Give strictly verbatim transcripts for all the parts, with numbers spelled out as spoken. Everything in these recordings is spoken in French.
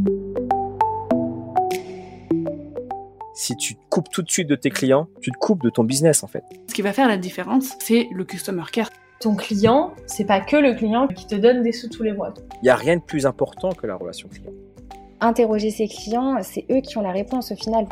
Si tu te coupes tout de suite de tes clients, tu te coupes de ton business en fait. Ce qui va faire la différence, c'est le customer care. Ton client, c'est pas que le client qui te donne des sous tous les mois. Il n'y a rien de plus important que la relation client. Interroger ses clients, c'est eux qui ont la réponse au final.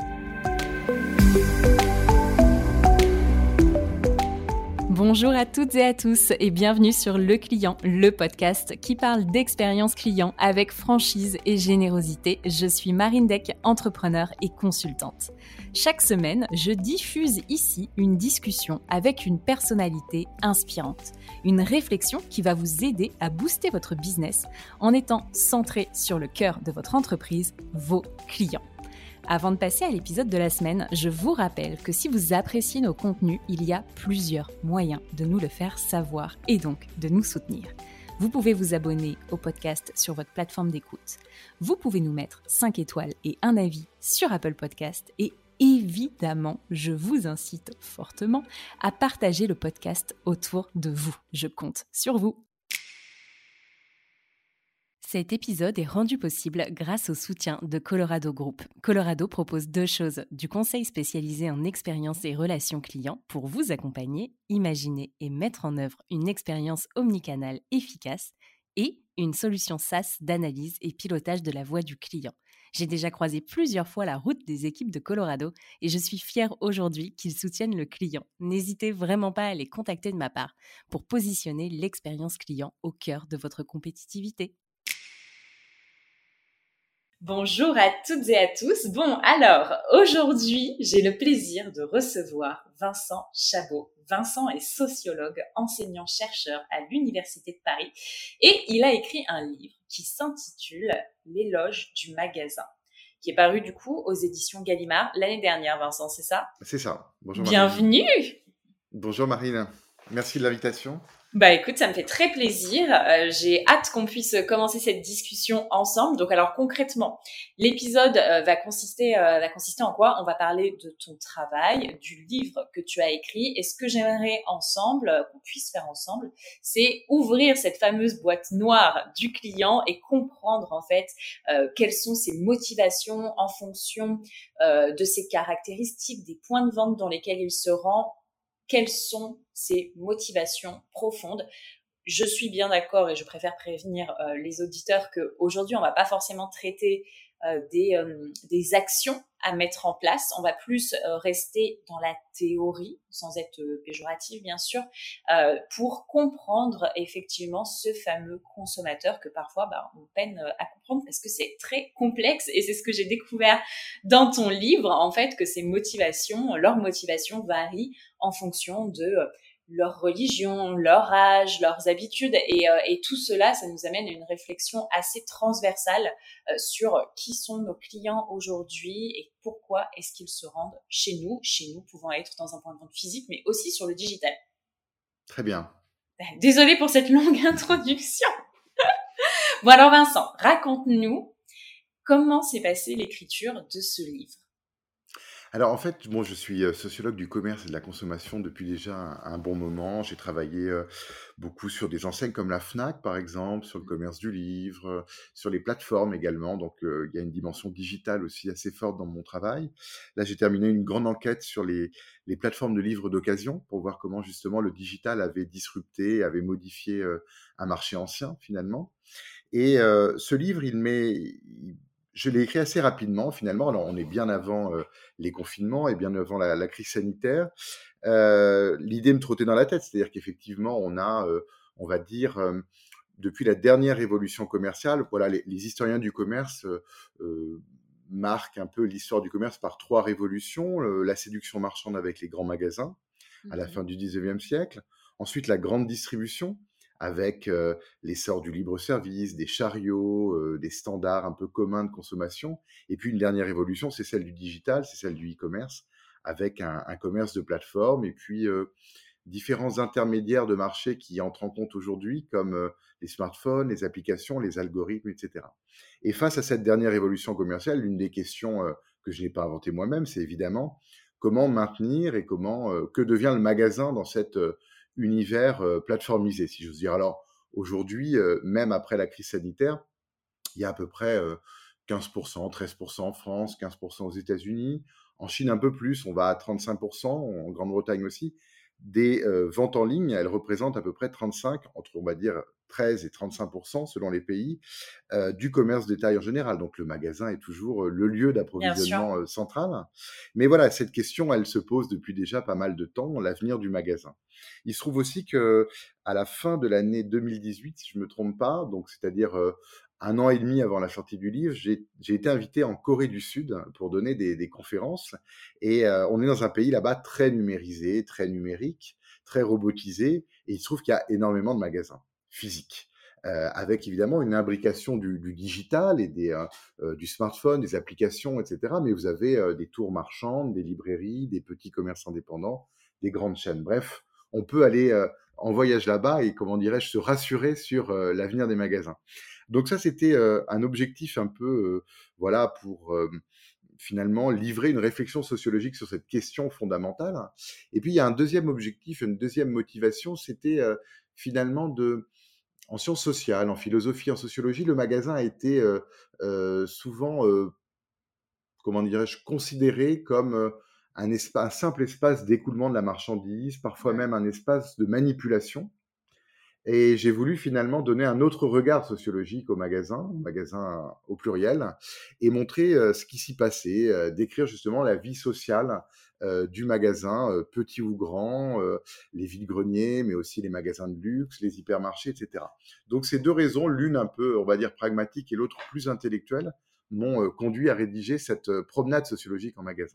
Bonjour à toutes et à tous et bienvenue sur Le Client, le podcast qui parle d'expérience client avec franchise et générosité. Je suis Marine Deck, entrepreneur et consultante. Chaque semaine, je diffuse ici une discussion avec une personnalité inspirante. Une réflexion qui va vous aider à booster votre business en étant centré sur le cœur de votre entreprise, vos clients. Avant de passer à l'épisode de la semaine, je vous rappelle que si vous appréciez nos contenus, il y a plusieurs moyens de nous le faire savoir et donc de nous soutenir. Vous pouvez vous abonner au podcast sur votre plateforme d'écoute. Vous pouvez nous mettre cinq étoiles et un avis sur Apple Podcast. Et évidemment, je vous incite fortement à partager le podcast autour de vous. Je compte sur vous. Cet épisode est rendu possible grâce au soutien de Colorado Group. Colorado propose deux choses, du conseil spécialisé en expérience et relations clients pour vous accompagner, imaginer et mettre en œuvre une expérience omnicanale efficace et une solution SaaS d'analyse et pilotage de la voix du client. J'ai déjà croisé plusieurs fois la route des équipes de Colorado et je suis fière aujourd'hui qu'ils soutiennent le client. N'hésitez vraiment pas à les contacter de ma part pour positionner l'expérience client au cœur de votre compétitivité. Bonjour à toutes et à tous. Bon, alors, aujourd'hui, j'ai le plaisir de recevoir Vincent Chabot. Vincent est sociologue, enseignant-chercheur à l'Université de Paris et il a écrit un livre qui s'intitule « L'éloge du magasin », qui est paru du coup aux éditions Gallimard l'année dernière, Vincent, c'est ça? C'est ça. Bonjour Bienvenue. Marine. Bonjour Marine. Merci de l'invitation. Bah écoute, ça me fait très plaisir. Euh, j'ai hâte qu'on puisse commencer cette discussion ensemble. Donc alors concrètement, l'épisode euh, va consister euh, va consister en quoi? On va parler de ton travail, du livre que tu as écrit. Et ce que j'aimerais ensemble, euh, qu'on puisse faire ensemble, c'est ouvrir cette fameuse boîte noire du client et comprendre en fait euh, quelles sont ses motivations en fonction euh, de ses caractéristiques, des points de vente dans lesquels il se rend. Quelles sont ses motivations profondes? Je suis bien d'accord et je préfère prévenir euh, les auditeurs qu'aujourd'hui, on va pas forcément traiter euh, des, euh, des actions à mettre en place. On va plus euh, rester dans la théorie, sans être euh, péjoratif bien sûr, euh, pour comprendre effectivement ce fameux consommateur que parfois bah, on peine à comprendre parce que c'est très complexe et c'est ce que j'ai découvert dans ton livre, en fait, que ces motivations, leurs motivations varient en fonction de euh, leur religion, leur âge, leurs habitudes et, euh, et tout cela, ça nous amène à une réflexion assez transversale euh, sur qui sont nos clients aujourd'hui et pourquoi est-ce qu'ils se rendent chez nous, chez nous pouvant être dans un point de vente physique, mais aussi sur le digital. Très bien. Désolée pour cette longue introduction. Bon alors Vincent, raconte-nous comment s'est passée l'écriture de ce livre. Alors en fait, bon, je suis euh, sociologue du commerce et de la consommation depuis déjà un, un bon moment. J'ai travaillé euh, beaucoup sur des enseignes comme la Fnac, par exemple, sur le commerce du livre, euh, sur les plateformes également. Donc euh, il y a une dimension digitale aussi assez forte dans mon travail. Là, j'ai terminé une grande enquête sur les, les plateformes de livres d'occasion pour voir comment justement le digital avait disrupté, avait modifié euh, un marché ancien finalement. Et euh, ce livre, il m'est... il- je l'ai écrit assez rapidement, finalement. Alors, on est bien avant euh, les confinements et bien avant la, la crise sanitaire. Euh, l'idée me trottait dans la tête, c'est-à-dire qu'effectivement, on a, euh, on va dire, euh, depuis la dernière révolution commerciale, voilà, les, les historiens du commerce euh, euh, marquent un peu l'histoire du commerce par trois révolutions. Euh, la séduction marchande avec les grands magasins à la fin du dix-neuvième siècle. Ensuite, la grande distribution avec euh, l'essor du libre-service, des chariots, euh, des standards un peu communs de consommation. Et puis une dernière évolution, c'est celle du digital, c'est celle du e-commerce, avec un, un commerce de plateforme et puis euh, différents intermédiaires de marché qui entrent en compte aujourd'hui, comme euh, les smartphones, les applications, les algorithmes, et cetera. Et face à cette dernière évolution commerciale, l'une des questions euh, que je n'ai pas inventées moi-même, c'est évidemment comment maintenir et comment euh, que devient le magasin dans cette euh, univers euh, plateformisé, si j'ose dire. Alors, aujourd'hui, euh, même après la crise sanitaire, il y a à peu près euh, quinze pour cent, treize pour cent en France, quinze pour cent aux États-Unis. En Chine, un peu plus, on va à trente-cinq pour cent, en Grande-Bretagne aussi. Des euh, ventes en ligne, elles représentent à peu près trente-cinq, entre on va dire treize et trente-cinq pour cent selon les pays, euh, du commerce de détail en général. Donc le magasin est toujours euh, le lieu d'approvisionnement euh, central. Mais voilà, cette question, elle se pose depuis déjà pas mal de temps, l'avenir du magasin. Il se trouve aussi que à la fin de l'année deux mille dix-huit, si je ne me trompe pas, donc c'est-à-dire euh, un an et demi avant la sortie du livre, j'ai, j'ai été invité en Corée du Sud pour donner des, des conférences. Et euh, on est dans un pays là-bas très numérisé, très numérique, très robotisé. Et il se trouve qu'il y a énormément de magasins physiques, euh, avec évidemment une imbrication du, du digital et des, euh, euh, du smartphone, des applications, et cetera. Mais vous avez euh, des tours marchandes, des librairies, des petits commerces indépendants, des grandes chaînes. Bref, on peut aller euh, en voyage là-bas et, comment dirais-je, se rassurer sur euh, l'avenir des magasins. Donc ça, c'était euh, un objectif un peu, euh, voilà, pour euh, finalement livrer une réflexion sociologique sur cette question fondamentale. Et puis, il y a un deuxième objectif, une deuxième motivation, c'était euh, finalement de, en sciences sociales, en philosophie, en sociologie, le magasin a été euh, euh, souvent, euh, comment dirais-je, considéré comme euh, un, espa- un simple espace d'écoulement de la marchandise, parfois même un espace de manipulation. Et j'ai voulu finalement donner un autre regard sociologique au magasin, au magasin au pluriel, et montrer euh, ce qui s'y passait, euh, décrire justement la vie sociale euh, du magasin, euh, petit ou grand, euh, les vides-greniers, mais aussi les magasins de luxe, les hypermarchés, et cetera. Donc ces deux raisons, l'une un peu, on va dire, pragmatique et l'autre plus intellectuelle, m'ont euh, conduit à rédiger cette euh, promenade sociologique en magasin.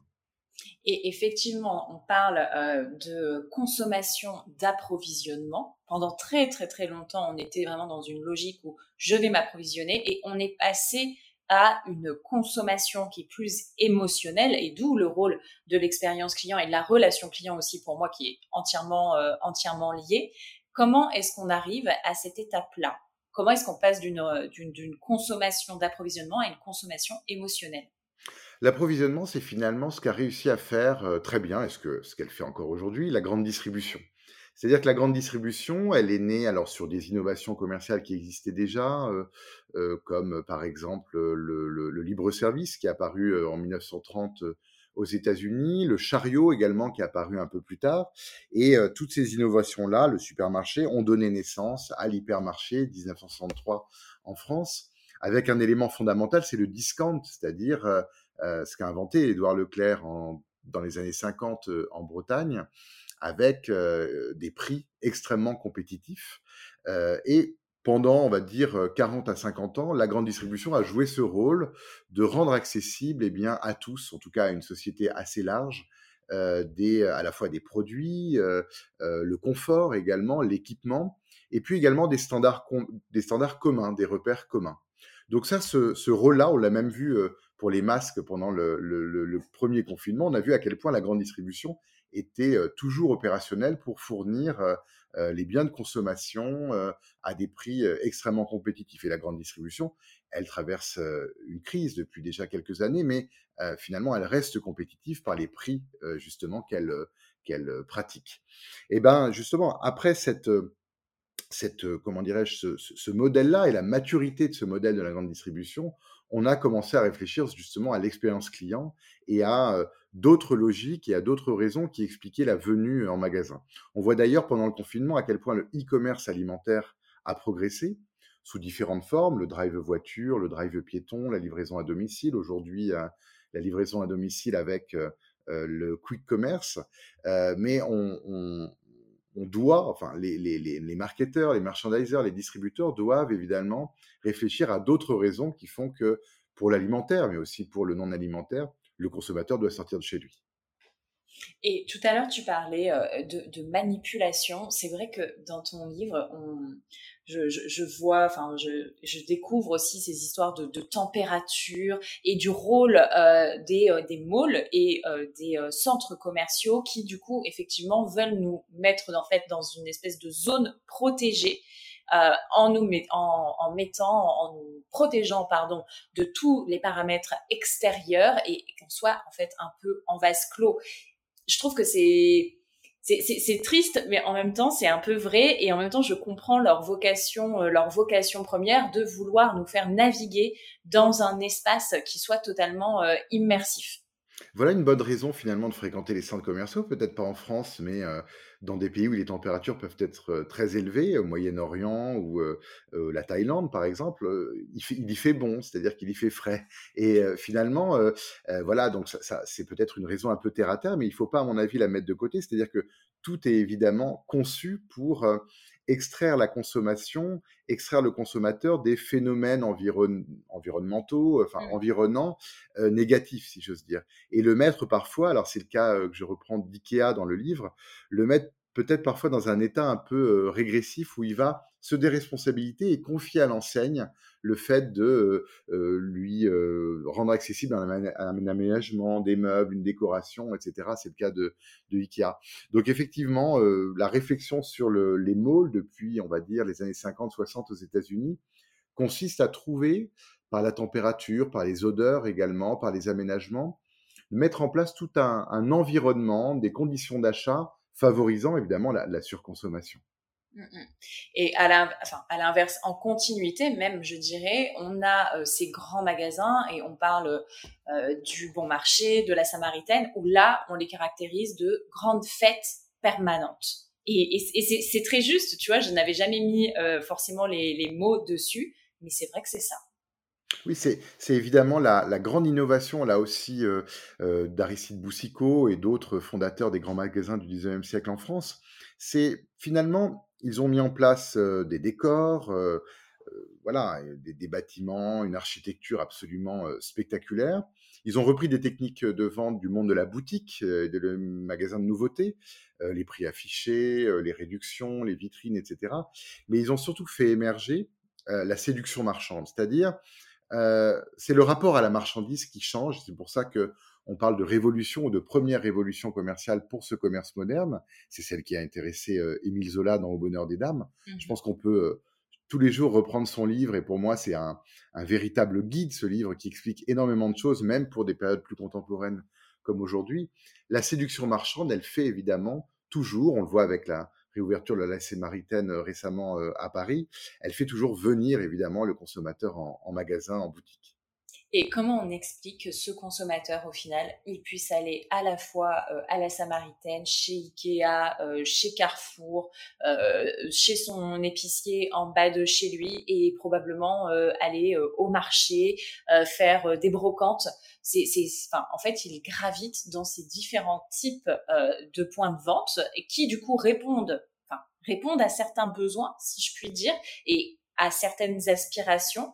Et effectivement, on parle euh, de consommation d'approvisionnement. Pendant très très très longtemps, on était vraiment dans une logique où je vais m'approvisionner et on est passé à une consommation qui est plus émotionnelle et d'où le rôle de l'expérience client et de la relation client aussi pour moi qui est entièrement, euh, entièrement liée. Comment est-ce qu'on arrive à cette étape-là? Comment est-ce qu'on passe d'une, d'une, d'une consommation d'approvisionnement à une consommation émotionnelle? L'approvisionnement, c'est finalement ce qu'a réussi à faire euh, très bien, et ce, que, ce qu'elle fait encore aujourd'hui, la grande distribution. C'est-à-dire que la grande distribution, elle est née alors sur des innovations commerciales qui existaient déjà, euh, euh, comme euh, par exemple le, le, le libre-service qui est apparu euh, en mille neuf cent trente euh, aux États-Unis, le chariot également qui est apparu un peu plus tard. Et euh, toutes ces innovations-là, le supermarché, ont donné naissance à l'hypermarché dix-neuf cent soixante-trois en France, avec un élément fondamental, c'est le discount, c'est-à-dire euh, euh, ce qu'a inventé Édouard Leclerc en, dans les années cinquante euh, en Bretagne, avec euh, des prix extrêmement compétitifs. Euh, et pendant, on va dire, quarante à cinquante ans, la grande distribution a joué ce rôle de rendre accessible eh bien, à tous, en tout cas à une société assez large, euh, des, à la fois des produits, euh, euh, le confort également, l'équipement, et puis également des standards, com- des standards communs, des repères communs. Donc ça, ce, ce rôle-là, on l'a même vu euh, pour les masques pendant le, le, le, le premier confinement, on a vu à quel point la grande distribution était euh, toujours opérationnelle pour fournir euh, euh, les biens de consommation euh, à des prix euh, extrêmement compétitifs. Et la grande distribution, elle traverse euh, une crise depuis déjà quelques années, mais euh, finalement, elle reste compétitive par les prix euh, justement qu'elle, euh, qu'elle euh, pratique. Et bien justement, après cette... Euh, cette, comment dirais-je, ce, ce, ce modèle-là et la maturité de ce modèle de la grande distribution, on a commencé à réfléchir justement à l'expérience client et à euh, d'autres logiques et à d'autres raisons qui expliquaient la venue en magasin. On voit d'ailleurs pendant le confinement à quel point le e-commerce alimentaire a progressé sous différentes formes, le drive voiture, le drive piéton, la livraison à domicile, aujourd'hui euh, la livraison à domicile avec euh, euh, le quick commerce, euh, mais on, on on doit, enfin, les, les, les, les marketeurs, les merchandisers, les distributeurs doivent évidemment réfléchir à d'autres raisons qui font que pour l'alimentaire, mais aussi pour le non-alimentaire, le consommateur doit sortir de chez lui. Et tout à l'heure, tu parlais euh, de, de manipulation. C'est vrai que dans ton livre, on, je, je, je vois, enfin, je, je découvre aussi ces histoires de, de température et du rôle euh, des, euh, des malls et euh, des euh, centres commerciaux qui, du coup, effectivement, veulent nous mettre en fait dans une espèce de zone protégée. Euh, en nous met, en, en mettant, en nous protégeant, pardon, de tous les paramètres extérieurs et qu'on soit en fait un peu en vase clos. Je trouve que c'est C'est, c'est, c'est triste, mais en même temps, c'est un peu vrai. Et en même temps, je comprends leur vocation, euh, leur vocation première de vouloir nous faire naviguer dans un espace qui soit totalement euh, immersif. Voilà une bonne raison finalement de fréquenter les centres commerciaux, peut-être pas en France, mais euh, dans des pays où les températures peuvent être euh, très élevées, au Moyen-Orient ou euh, euh, la Thaïlande par exemple, euh, il, fait- il y fait bon, c'est-à-dire qu'il y fait frais. Et euh, finalement, euh, euh, voilà, donc ça, ça- c'est peut-être une raison un peu terre à terre, mais il faut pas, à mon avis, la mettre de côté, c'est-à-dire que tout est évidemment conçu pour euh, extraire la consommation, extraire le consommateur des phénomènes environ- environnementaux, enfin Mm. environnants, euh, négatifs, si j'ose dire. Et le mettre parfois, alors c'est le cas euh, que je reprends d'IKEA dans le livre, le mettre peut-être parfois dans un état un peu euh, régressif où il va se déresponsabiliser et confier à l'enseigne le fait de euh, euh, lui euh, rendre accessible un, amé- un aménagement, des meubles, une décoration, et cetera. C'est le cas de, de IKEA. Donc effectivement, euh, la réflexion sur le- les malls depuis, on va dire, les années cinquante soixante aux États-Unis consiste à trouver, par la température, par les odeurs également, par les aménagements, mettre en place tout un, un environnement, des conditions d'achat favorisant évidemment la, la surconsommation. Mm, mm. Et à l'in- enfin, à l'inverse, en continuité même, je dirais, on a euh, ces grands magasins et on parle euh, du Bon Marché, de la Samaritaine, où là, on les caractérise de grandes fêtes permanentes. Et, et, et c'est, c'est très juste, tu vois, je n'avais jamais mis euh, forcément les, les mots dessus, mais c'est vrai que c'est ça. Oui, c'est c'est évidemment la, la grande innovation là aussi euh, euh, d'Aristide Boucicaut et d'autres fondateurs des grands magasins du dix-neuvième siècle en France. C'est finalement, ils ont mis en place euh, des décors, euh, euh, voilà, euh, des, des bâtiments, une architecture absolument euh, spectaculaire. Ils ont repris des techniques de vente du monde de la boutique, euh, des le magasin de nouveautés, euh, les prix affichés, euh, les réductions, les vitrines, et cetera. Mais ils ont surtout fait émerger euh, la séduction marchande, c'est-à-dire euh, c'est le rapport à la marchandise qui change. C'est pour ça que on parle de révolution ou de première révolution commerciale pour ce commerce moderne. C'est celle qui a intéressé euh, Émile Zola dans Au bonheur des dames. Je Mhm. pense qu'on peut euh, tous les jours reprendre son livre et pour moi c'est un, un véritable guide, ce livre qui explique énormément de choses, même pour des périodes plus contemporaines comme aujourd'hui. La séduction marchande, elle fait évidemment toujours, on le voit avec la réouverture de la Samaritaine euh, récemment euh, à Paris, elle fait toujours venir évidemment le consommateur en, en magasin, en boutique. Et comment on explique que ce consommateur, au final, il puisse aller à la fois euh, à la Samaritaine, chez Ikea, euh, chez Carrefour, euh, chez son épicier en bas de chez lui et probablement euh, aller euh, au marché, euh, faire euh, des brocantes. C'est, c'est, enfin, en fait, il gravite dans ces différents types euh, de points de vente et qui, du coup, répondent, enfin, répondent à certains besoins, si je puis dire, et à certaines aspirations.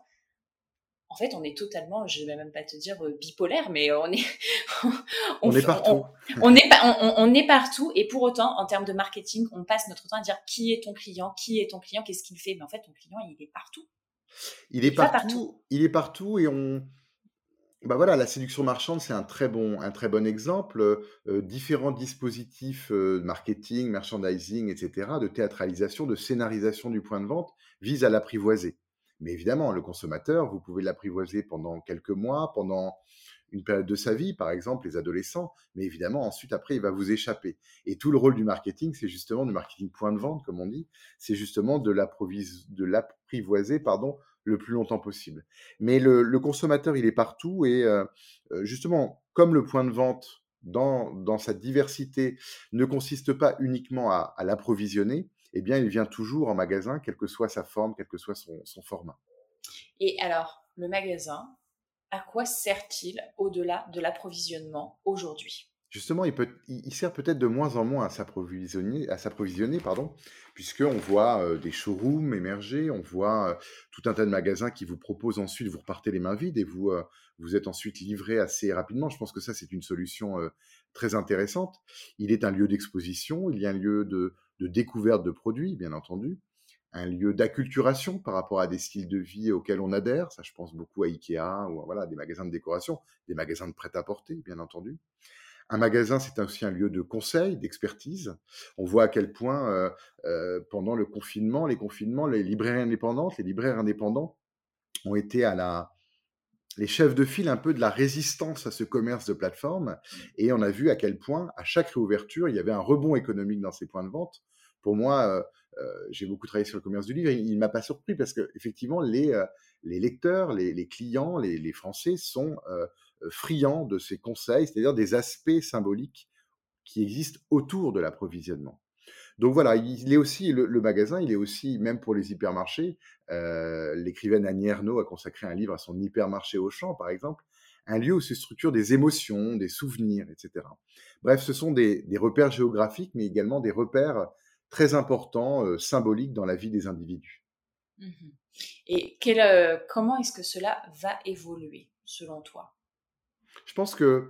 En fait, on est totalement, je vais même pas te dire euh, bipolaire, mais on est, on, On est f- partout. on, on est, pas- on, on- on est partout. Et pour autant, en termes de marketing, on passe notre temps à dire qui est ton client, qui est ton client, qu'est-ce qu'il fait. Mais en fait, ton client, il est partout. Il est Il va partout. partout, il est partout et on, bah voilà, la séduction marchande, c'est un très bon, un très bon exemple. Euh, différents dispositifs euh, de marketing, merchandising, et cetera, de théâtralisation, de scénarisation du point de vente visent à l'apprivoiser. Mais évidemment, le consommateur, vous pouvez l'apprivoiser pendant quelques mois, pendant une période de sa vie, par exemple les adolescents, mais évidemment, ensuite, après, il va vous échapper. Et tout le rôle du marketing, c'est justement du marketing point de vente, comme on dit, c'est justement de l'approvis- de l'apprivoiser, pardon, le plus longtemps possible. Mais le, le consommateur, il est partout et euh, euh, justement, comme le point de vente dans, dans sa diversité ne consiste pas uniquement à, à l'approvisionner, eh bien, il vient toujours en magasin, quelle que soit sa forme, quel que soit son, son format. Et alors, le magasin, à quoi sert-il au-delà de l'approvisionnement aujourd'hui? Justement, il, peut, il, il sert peut-être de moins en moins à s'approvisionner, à s'approvisionner, pardon, puisqu'on voit euh, des showrooms émerger, on voit euh, tout un tas de magasins qui vous proposent ensuite, vous repartez les mains vides et vous, euh, vous êtes ensuite livré assez rapidement. Je pense que ça, c'est une solution euh, très intéressante. Il est un lieu d'exposition, il y a un lieu de, de découverte de produits, bien entendu, un lieu d'acculturation par rapport à des styles de vie auxquels on adhère. Ça, je pense beaucoup à Ikea ou voilà, des magasins de décoration, des magasins de prêt-à-porter, bien entendu. Un magasin, c'est aussi un lieu de conseil, d'expertise. On voit à quel point, euh, euh, pendant le confinement, les confinements, les librairies indépendantes, les libraires indépendants ont été à la, les chefs de file un peu de la résistance à ce commerce de plateforme. Et on a vu à quel point, à chaque réouverture, il y avait un rebond économique dans ces points de vente. Pour moi, euh, euh, j'ai beaucoup travaillé sur le commerce du livre et il ne m'a pas surpris parce que effectivement, les, euh, les lecteurs, les, les clients, les, les Français sont euh, friands de ces conseils, c'est-à-dire des aspects symboliques qui existent autour de l'approvisionnement. Donc voilà, il est aussi, le, le magasin, il est aussi, même pour les hypermarchés, euh, l'écrivaine Annie Ernaux a consacré un livre à son hypermarché Auchan, par exemple, un lieu où se structurent des émotions, des souvenirs, et cetera. Bref, ce sont des, des repères géographiques, mais également des repères très importants, euh, symboliques dans la vie des individus. Mhm. Et quel, euh, comment est-ce que cela va évoluer, selon toi? Je pense que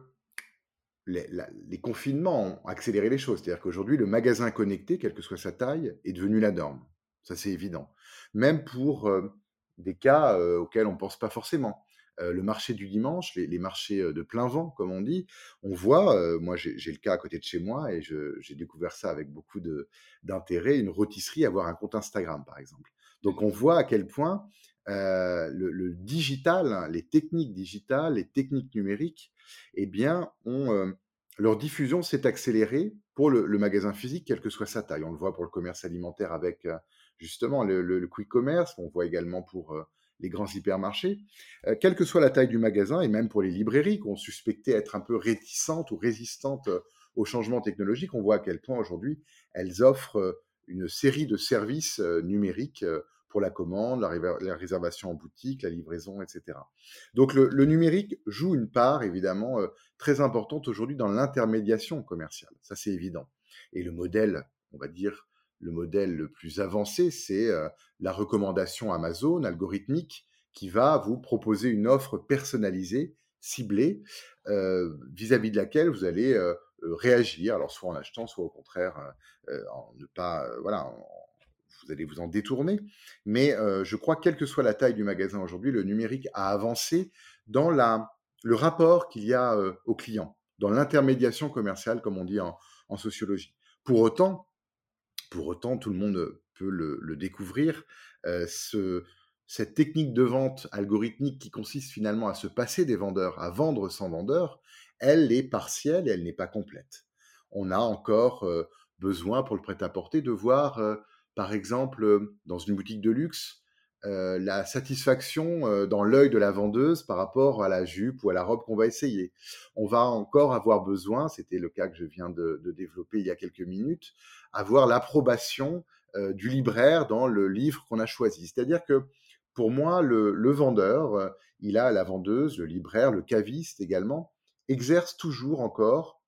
les, la- les confinements ont accéléré les choses. C'est-à-dire qu'aujourd'hui, le magasin connecté, quelle que soit sa taille, est devenu la norme. Ça, c'est évident. Même pour euh, des cas euh, auxquels on ne pense pas forcément. Euh, le marché du dimanche, les, les marchés euh, de plein vent, comme on dit, on voit, euh, moi j'ai j'ai le cas à côté de chez moi et je- j'ai découvert ça avec beaucoup de- d'intérêt, une rôtisserie avoir un compte Instagram, par exemple. Donc on voit à quel point euh, le, le digital, hein, les techniques digitales, les techniques numériques, eh bien, ont, euh, leur diffusion s'est accélérée pour le, le magasin physique, quelle que soit sa taille. On le voit pour le commerce alimentaire avec euh, justement le, le- le quick commerce, on le voit également pour euh, les grands hypermarchés. Euh, quelle que soit la taille du magasin, et même pour les librairies qu'on suspectait être un peu réticentes ou résistantes euh, aux changements technologiques, on voit à quel point aujourd'hui elles offrent euh, une série de services euh, numériques euh, pour la commande, la, réver- la réservation en boutique, la livraison, et cetera. Donc le, le numérique joue une part évidemment euh, très importante aujourd'hui dans l'intermédiation commerciale, ça c'est évident. Et le modèle, on va dire, le modèle le plus avancé, c'est euh, la recommandation Amazon algorithmique qui va vous proposer une offre personnalisée, ciblée, euh, vis-à-vis de laquelle vous allez euh, euh, réagir, alors soit en achetant, soit au contraire euh, euh, en ne pas, euh, voilà, en- vous allez vous en détourner. Mais euh, je crois, quelle que soit la taille du magasin aujourd'hui, le numérique a avancé dans la, le rapport qu'il y a euh, au client, dans l'intermédiation commerciale, comme on dit en, en sociologie. Pour autant, pour autant, tout le monde peut le, le découvrir, euh, ce, cette technique de vente algorithmique qui consiste finalement à se passer des vendeurs, à vendre sans vendeur, elle est partielle et elle n'est pas complète. On a encore euh, besoin pour le prêt-à-porter de voir, euh, par exemple, euh, dans une boutique de luxe, euh, la satisfaction euh, dans l'œil de la vendeuse par rapport à la jupe ou à la robe qu'on va essayer. On va encore avoir besoin, c'était le cas que je viens de, de développer il y a quelques minutes, avoir l'approbation euh, du libraire dans le livre qu'on a choisi. C'est-à-dire que pour moi, le, le vendeur, euh, il a la vendeuse, le libraire, le caviste également, exerce toujours encore,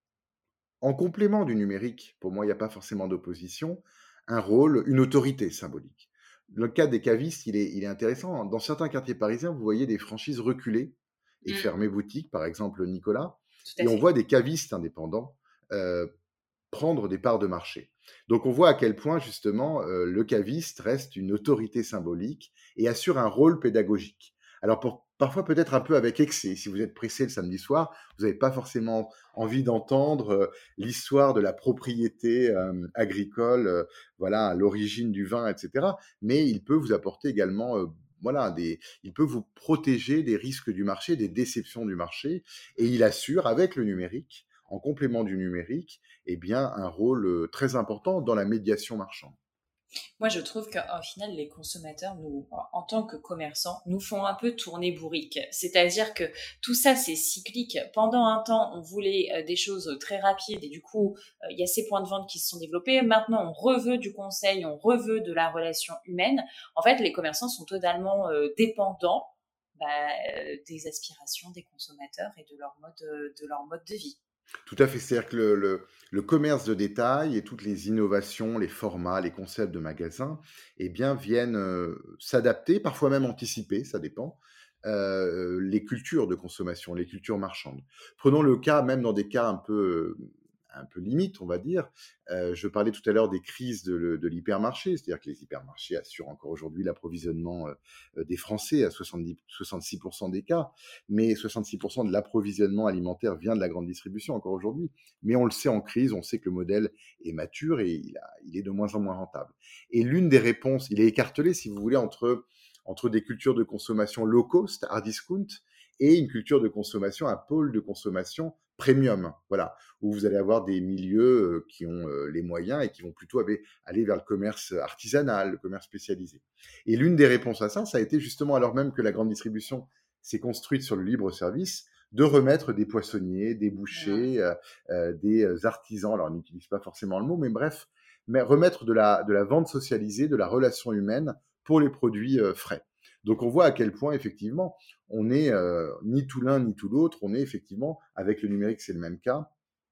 en complément du numérique, pour moi, il n'y a pas forcément d'opposition, un rôle, une autorité symbolique. Le cas des cavistes, il est, il est intéressant. Dans certains quartiers parisiens, vous voyez des franchises reculées et Mm, fermer boutique, par exemple Nicolas, tout à et on fait. voit des cavistes indépendants euh, prendre des parts de marché. Donc on voit à quel point justement euh, le caviste reste une autorité symbolique et assure un rôle pédagogique. Alors pour, parfois peut-être un peu avec excès. Si vous êtes pressé le samedi soir, vous n'avez pas forcément envie d'entendre euh, l'histoire de la propriété euh, agricole, euh, voilà, à l'origine du vin, et cetera. Mais il peut vous apporter également euh, voilà, des, il peut vous protéger des risques du marché, des déceptions du marché, et il assure avec le numérique, en complément du numérique, eh bien, un rôle euh, très important dans la médiation marchande. Moi, je trouve qu'au final, les consommateurs, nous, en tant que commerçants, nous font un peu tourner bourrique. C'est-à-dire que tout ça, c'est cyclique. Pendant un temps, on voulait euh, des choses très rapides et du coup, euh, il y a ces points de vente qui se sont développés. Maintenant, on reveut du conseil, on reveut de la relation humaine. En fait, les commerçants sont totalement euh, dépendants bah, euh, des aspirations des consommateurs et de leur mode, euh, de leur mode de vie. Tout à fait, c'est-à-dire que le, le- le commerce de détail et toutes les innovations, les formats, les concepts de magasins, eh bien, viennent euh, s'adapter, parfois même anticiper, ça dépend, euh, les cultures de consommation, les cultures marchandes. Prenons le cas, même dans des cas un peu, euh, un peu limites, on va dire. Euh, je parlais tout à l'heure des crises de, le- de l'hypermarché, c'est-à-dire que les hypermarchés assurent encore aujourd'hui l'approvisionnement euh, euh, des Français à soixante-dix, soixante-six pour cent des cas, mais soixante-six pour cent de l'approvisionnement alimentaire vient de la grande distribution encore aujourd'hui. Mais on le sait en crise, on sait que le modèle est mature et il, a- il est de moins en moins rentable. Et l'une des réponses, il est écartelé, si vous voulez, entre entre des cultures de consommation low cost, hard discount, et une culture de consommation, un pôle de consommation premium, voilà, où vous allez avoir des milieux euh, qui ont euh, les moyens et qui vont plutôt aller, aller vers le commerce artisanal, le commerce spécialisé. Et l'une des réponses à ça, ça a été justement, alors même que la grande distribution s'est construite sur le libre service, de remettre des poissonniers, des bouchers, euh, euh, des artisans, alors on n'utilise pas forcément le mot, mais bref, mais remettre de la, de la vente socialisée, de la relation humaine pour les produits euh, frais. Donc on voit à quel point, effectivement, on n'est euh, ni tout l'un ni tout l'autre, on est effectivement, avec le numérique c'est le même cas,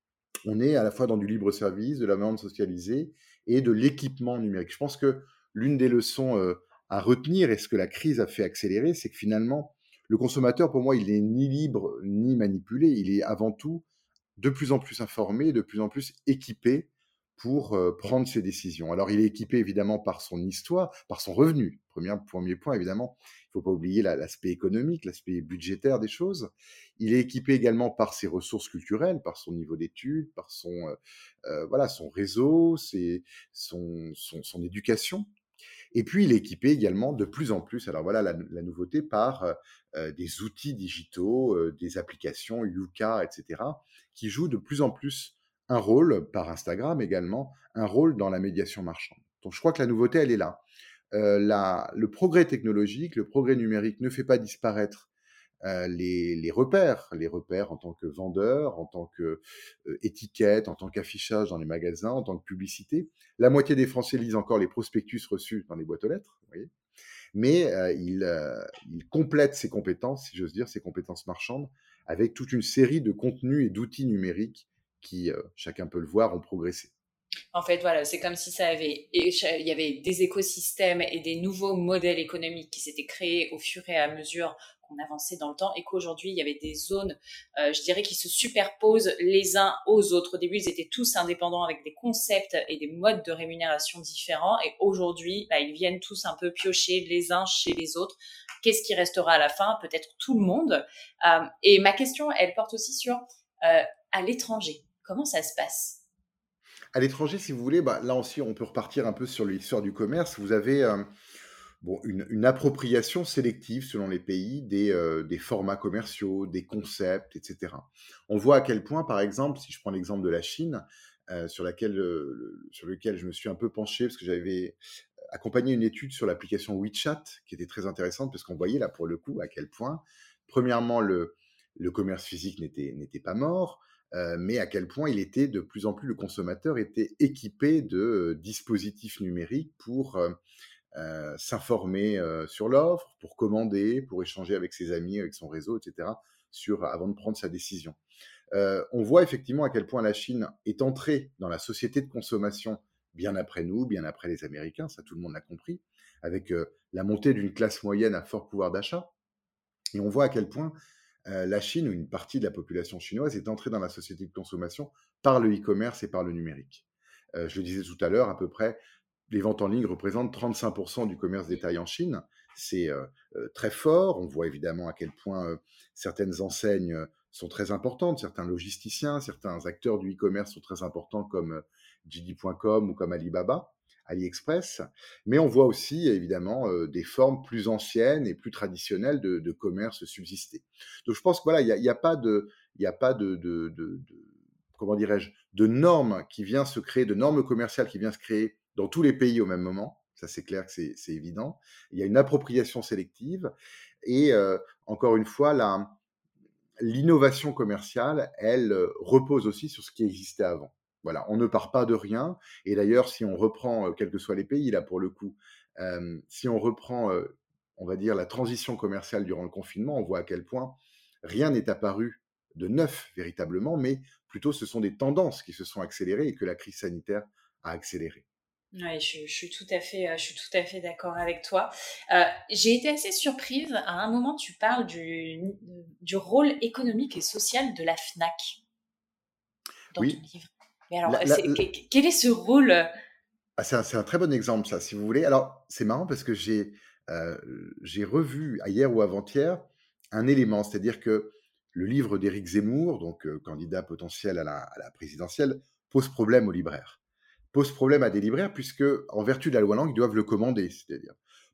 on est à la fois dans du libre service, de la vente socialisée et de l'équipement numérique. Je pense que l'une des leçons euh, à retenir, et ce que la crise a fait accélérer, c'est que finalement, le consommateur, pour moi, il n'est ni libre ni manipulé, il est avant tout de plus en plus informé, de plus en plus équipé pour euh, prendre ses décisions. Alors, il est équipé évidemment par son histoire, par son revenu. Premier, premier point, évidemment, il ne faut pas oublier la, l'aspect économique, l'aspect budgétaire des choses. Il est équipé également par ses ressources culturelles, par son niveau d'études, par son, euh, euh, voilà, son réseau, ses, son, son, son éducation. Et puis, il est équipé également de plus en plus, alors voilà la, la nouveauté, par euh, des outils digitaux, euh, des applications, Yuka, et cetera, qui jouent de plus en plus un rôle, par Instagram également, un rôle dans la médiation marchande. Donc, je crois que la nouveauté, elle est là. Euh, la, le progrès technologique, le progrès numérique ne fait pas disparaître euh, les, les repères, les repères en tant que vendeur, en tant que euh, étiquette, en tant qu'affichage dans les magasins, en tant que publicité. La moitié des Français lisent encore les prospectus reçus dans les boîtes aux lettres, vous voyez. Mais euh, il, euh, il complète ses compétences, si j'ose dire, ses compétences marchandes, avec toute une série de contenus et d'outils numériques qui, euh, chacun peut le voir, ont progressé. En fait, voilà, c'est comme si ça avait, il y avait des écosystèmes et des nouveaux modèles économiques qui s'étaient créés au fur et à mesure qu'on avançait dans le temps, et qu'aujourd'hui, il y avait des zones, euh, je dirais, qui se superposent les uns aux autres. Au début, ils étaient tous indépendants avec des concepts et des modes de rémunération différents, et aujourd'hui, bah, ils viennent tous un peu piocher les uns chez les autres. Qu'est-ce qui restera à la fin? Peut-être tout le monde. Euh, et ma question, elle porte aussi sur euh, à l'étranger. Comment ça se passe? À l'étranger, si vous voulez, bah, là aussi, on peut repartir un peu sur l'histoire du commerce. Vous avez euh, bon, une, une appropriation sélective selon les pays des, euh, des formats commerciaux, des concepts, et cetera. On voit à quel point, par exemple, si je prends l'exemple de la Chine, euh, sur, laquelle, euh, le- sur lequel je me suis un peu penché, parce que j'avais accompagné une étude sur l'application WeChat, qui était très intéressante, parce qu'on voyait là, pour le coup, à quel point, premièrement, le, le commerce physique n'était n'était pas mort, euh, mais à quel point il était de plus en plus, le consommateur était équipé de euh, dispositifs numériques pour euh, euh, s'informer euh, sur l'offre, pour commander, pour échanger avec ses amis, avec son réseau, et cetera, sur, avant de prendre sa décision. Euh, on voit effectivement à quel point la Chine est entrée dans la société de consommation bien après nous, bien après les Américains, ça tout le monde l'a compris, avec euh, la montée d'une classe moyenne à fort pouvoir d'achat. Et on voit à quel point euh, la Chine, ou une partie de la population chinoise, est entrée dans la société de consommation par le e-commerce et par le numérique. Euh, je le disais tout à l'heure, à peu près, les ventes en ligne représentent trente-cinq pour cent du commerce détail en Chine. C'est euh, euh, très fort. On voit évidemment à quel point euh, certaines enseignes euh, sont très importantes, certains logisticiens, certains acteurs du e-commerce sont très importants, comme euh, J D point com ou comme Alibaba, AliExpress. Mais on voit aussi évidemment euh, des formes plus anciennes et plus traditionnelles de, de commerce subsister. Donc je pense que voilà, il n'y a, il y a pas de, il y a pas de, de, de, de comment dirais-je, de normes qui vient se créer, de normes commerciales qui vient se créer dans tous les pays au même moment. Ça, c'est clair que c'est, c'est évident. Il y a une appropriation sélective. Et euh, encore une fois, la, l'innovation commerciale, elle euh, repose aussi sur ce qui existait avant. Voilà, on ne part pas de rien. Et d'ailleurs, si on reprend, euh, quels que soient les pays, là pour le coup, euh, si on reprend, euh, on va dire, la transition commerciale durant le confinement, on voit à quel point rien n'est apparu de neuf véritablement, mais plutôt ce sont des tendances qui se sont accélérées et que la crise sanitaire a accéléré. Ouais, je, je suis tout à fait, euh, je suis tout à fait d'accord avec toi. Euh, j'ai été assez surprise. À un moment, tu parles du, du rôle économique et social de la Fnac dans Oui, ton livre. Mais alors, la, la, c'est, la- que- quel est ce rôle? ah, c'est un, c'est un très bon exemple, ça, si vous voulez. Alors, c'est marrant parce que j'ai euh, j'ai revu hier ou avant-hier un élément, c'est-à-dire que le livre d'Éric Zemmour, donc euh, candidat potentiel à la, à la présidentielle, pose problème aux libraires. Pose problème à des libraires puisque, en vertu de la loi Lang, ils doivent le commander. C'est-à-dire,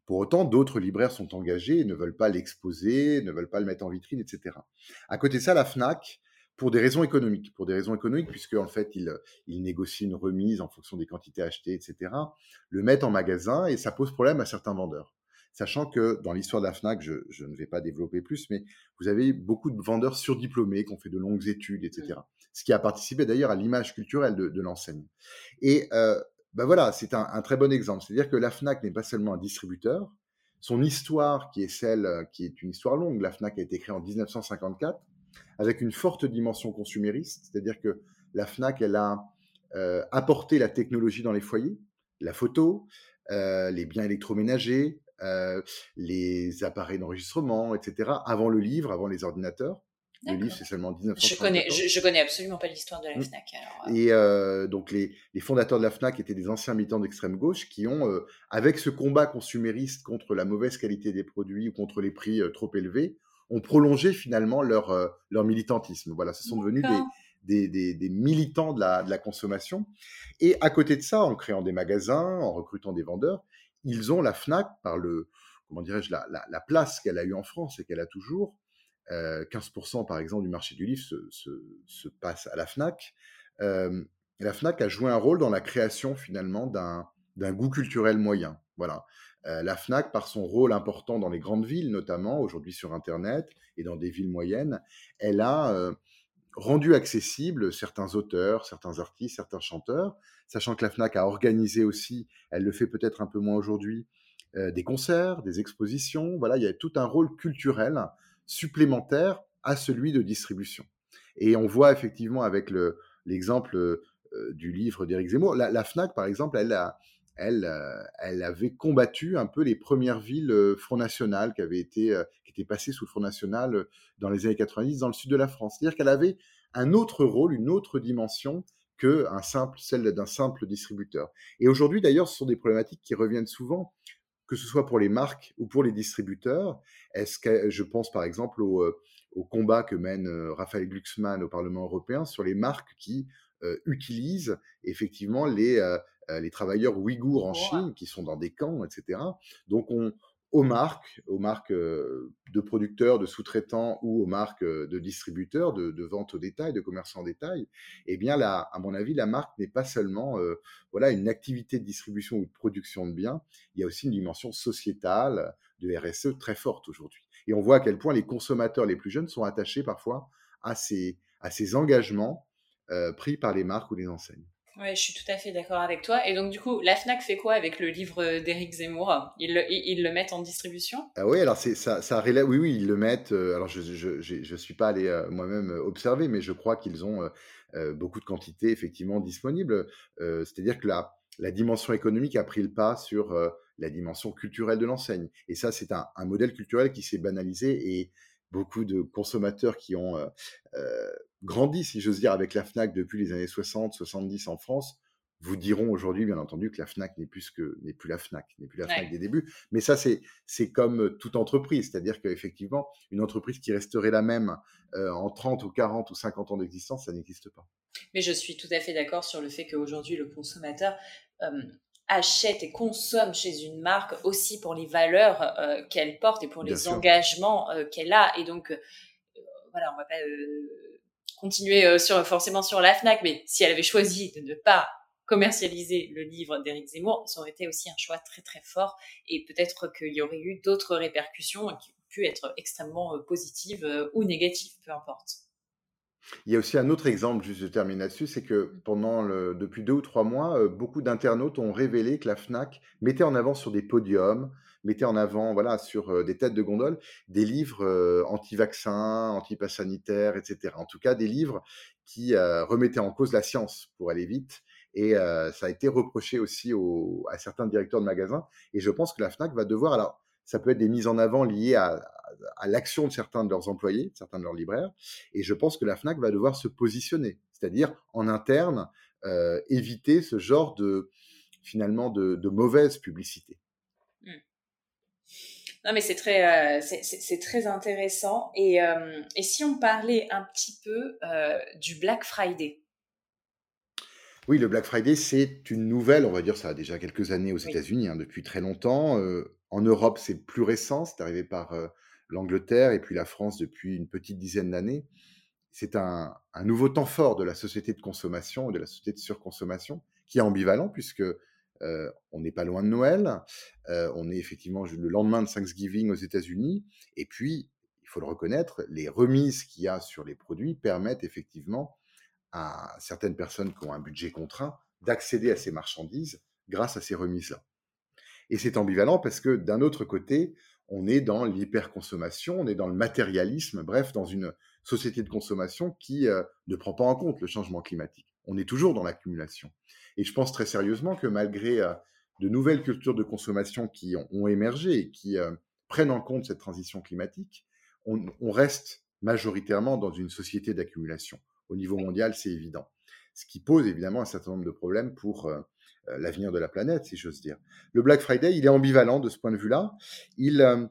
Pour autant, d'autres libraires sont engagés et ne veulent pas l'exposer, ne veulent pas le mettre en vitrine, et cetera. À côté de ça, la Fnac, pour des raisons économiques, pour des raisons économiques, puisque en fait, ils il négocient une remise en fonction des quantités achetées, et cetera, le mettent en magasin et ça pose problème à certains vendeurs. Sachant que dans l'histoire de la Fnac, je, je ne vais pas développer plus, mais vous avez beaucoup de vendeurs surdiplômés qui ont fait de longues études, et cetera. Ce qui a participé d'ailleurs à l'image culturelle de, de l'enseigne. Et euh, ben voilà, c'est un, un très bon exemple. C'est-à-dire que la Fnac n'est pas seulement un distributeur. Son histoire, qui est celle qui est une histoire longue, la Fnac a été créée en dix-neuf cent cinquante-quatre, avec une forte dimension consumériste. C'est-à-dire que la Fnac, elle a euh, apporté la technologie dans les foyers, la photo, euh, les biens électroménagers, euh, les appareils d'enregistrement, et cetera, avant le livre, avant les ordinateurs. Le D'accord. livre, c'est seulement en dix-neuf cent Je soixante-quatorze. connais, je, je connais absolument pas l'histoire de la Mmh. Fnac. Alors, euh, Et euh, donc, les, les fondateurs de la Fnac étaient des anciens militants d'extrême gauche qui ont, euh, avec ce combat consumériste contre la mauvaise qualité des produits ou contre les prix euh, trop élevés, ont prolongé finalement leur, euh, leur militantisme. Voilà, ce sont devenus des, D'accord. des, des, des militants de la, de la consommation. Et à côté de ça, en créant des magasins, en recrutant des vendeurs, ils ont la Fnac, par le, comment dirais-je, la, la, la place qu'elle a eue en France et qu'elle a toujours, euh, quinze pour cent par exemple du marché du livre se, se, se passe à la Fnac. Euh, la Fnac a joué un rôle dans la création finalement d'un, d'un goût culturel moyen. Voilà. Euh, la Fnac, par son rôle important dans les grandes villes, notamment aujourd'hui sur Internet et dans des villes moyennes, elle a euh, rendu accessible certains auteurs, certains artistes, certains chanteurs, sachant que la Fnac a organisé aussi, elle le fait peut-être un peu moins aujourd'hui, euh, des concerts, des expositions. Voilà, il y a tout un rôle culturel supplémentaire à celui de distribution. Et on voit effectivement avec le, l'exemple euh, du livre d'Éric Zemmour, la, la Fnac, par exemple, elle, a, elle, euh, elle avait combattu un peu les premières villes euh, Front National qui avaient été, euh, qui étaient passées sous le Front National euh, dans les années quatre-vingt-dix dans le sud de la France. C'est-à-dire qu'elle avait un autre rôle, une autre dimension que un simple, celle d'un simple distributeur. Et aujourd'hui, d'ailleurs, ce sont des problématiques qui reviennent souvent, que ce soit pour les marques ou pour les distributeurs. Est-ce que je pense par exemple au, euh, au combat que mène euh, Raphaël Glucksmann au Parlement européen sur les marques qui euh, utilisent effectivement les, euh, euh, les travailleurs ouïghours en Chine, qui sont dans des camps, et cetera. Donc on, aux marques, aux marques euh, de producteurs, de sous-traitants ou aux marques euh, de distributeurs, de, de vente au détail, de commerçants en détail, eh bien là, à mon avis, la marque n'est pas seulement euh, voilà, une activité de distribution ou de production de biens, il y a aussi une dimension sociétale de R S E très forte aujourd'hui. Et on voit à quel point les consommateurs les plus jeunes sont attachés parfois à ces, à ces engagements euh, pris par les marques ou les enseignes. Ouais, je suis tout à fait d'accord avec toi. Et donc, du coup, la Fnac fait quoi avec le livre d'Éric Zemmour? Ils le, ils, ils le mettent en distribution? Ah oui, alors c'est, ça, ça relève, oui, oui, ils le mettent. Euh, alors je je, je, je suis pas allé euh, moi-même euh, observer, mais je crois qu'ils ont euh, euh, beaucoup de quantités effectivement disponibles. Euh, c'est-à-dire que la, la dimension économique a pris le pas sur euh, la dimension culturelle de l'enseigne. Et ça, c'est un, un modèle culturel qui s'est banalisé et beaucoup de consommateurs qui ont euh, euh, grandi, si j'ose dire, avec la Fnac depuis les années soixante, soixante-dix en France, vous diront aujourd'hui, bien entendu, que la Fnac n'est plus que n'est plus la Fnac, n'est plus la Fnac Ouais. des débuts. Mais ça, c'est c'est comme toute entreprise, c'est-à-dire qu'effectivement, une entreprise qui resterait la même euh, en trente ou quarante ou cinquante ans d'existence, ça n'existe pas. Mais je suis tout à fait d'accord sur le fait qu'aujourd'hui, le consommateur euh, achète et consomme chez une marque aussi pour les valeurs euh, qu'elle porte et pour Bien les sûr. engagements euh, qu'elle a. Et donc, euh, voilà, on va pas euh, continuer euh, sur, forcément sur la Fnac, mais si elle avait choisi de ne pas commercialiser le livre d'Éric Zemmour, ça aurait été aussi un choix très très fort et peut-être qu'il y aurait eu d'autres répercussions qui ont pu être extrêmement euh, positives euh, ou négatives, peu importe. Il y a aussi un autre exemple, juste de terminer là-dessus, c'est que pendant le, depuis deux ou trois mois, euh, beaucoup d'internautes ont révélé que la Fnac mettait en avant sur des podiums, mettait en avant, voilà, sur euh, des têtes de gondole, des livres euh, anti-vaccins, anti-pass sanitaire, et cetera. En tout cas, des livres qui euh, remettaient en cause la science, pour aller vite. Et euh, ça a été reproché aussi au, à certains directeurs de magasins. Et je pense que la Fnac va devoir, alors, ça peut être des mises en avant liées à, à, à l'action de certains de leurs employés, certains de leurs libraires. Et je pense que la Fnac va devoir se positionner, c'est-à-dire en interne, euh, éviter ce genre de, finalement, de, de mauvaise publicité. Mm. Non, mais c'est très, euh, c'est, c'est, c'est très intéressant. Et, euh, et si on parlait un petit peu euh, du Black Friday? Oui, le Black Friday, c'est une nouvelle, on va dire, ça a déjà quelques années aux Oui. États-Unis, hein, depuis très longtemps. Heu, en Europe, c'est plus récent, c'est arrivé par, heu, l'Angleterre et puis la France depuis une petite dizaine d'années. C'est un un nouveau temps fort de la société de consommation et de la société de surconsommation qui est ambivalent puisque, heu, on n'est pas loin de Noël, heu, on est effectivement je le lendemain de Thanksgiving aux États-Unis et puis, il faut le reconnaître, les remises qu'il y a sur les produits permettent effectivement à certaines personnes qui ont un budget contraint d'accéder à ces marchandises grâce à ces remises-là. Et c'est ambivalent parce que d'un autre côté, on est dans l'hyperconsommation, on est dans le matérialisme, bref, dans une société de consommation qui euh, ne prend pas en compte le changement climatique. On est toujours dans l'accumulation. Et je pense très sérieusement que malgré euh, de nouvelles cultures de consommation qui ont, ont émergé et qui euh, prennent en compte cette transition climatique, on, on reste majoritairement dans une société d'accumulation. Au niveau mondial, c'est évident. Ce qui pose évidemment un certain nombre de problèmes pour euh, euh, l'avenir de la planète, si j'ose dire. Le Black Friday, il est ambivalent de ce point de vue-là. Il, euh,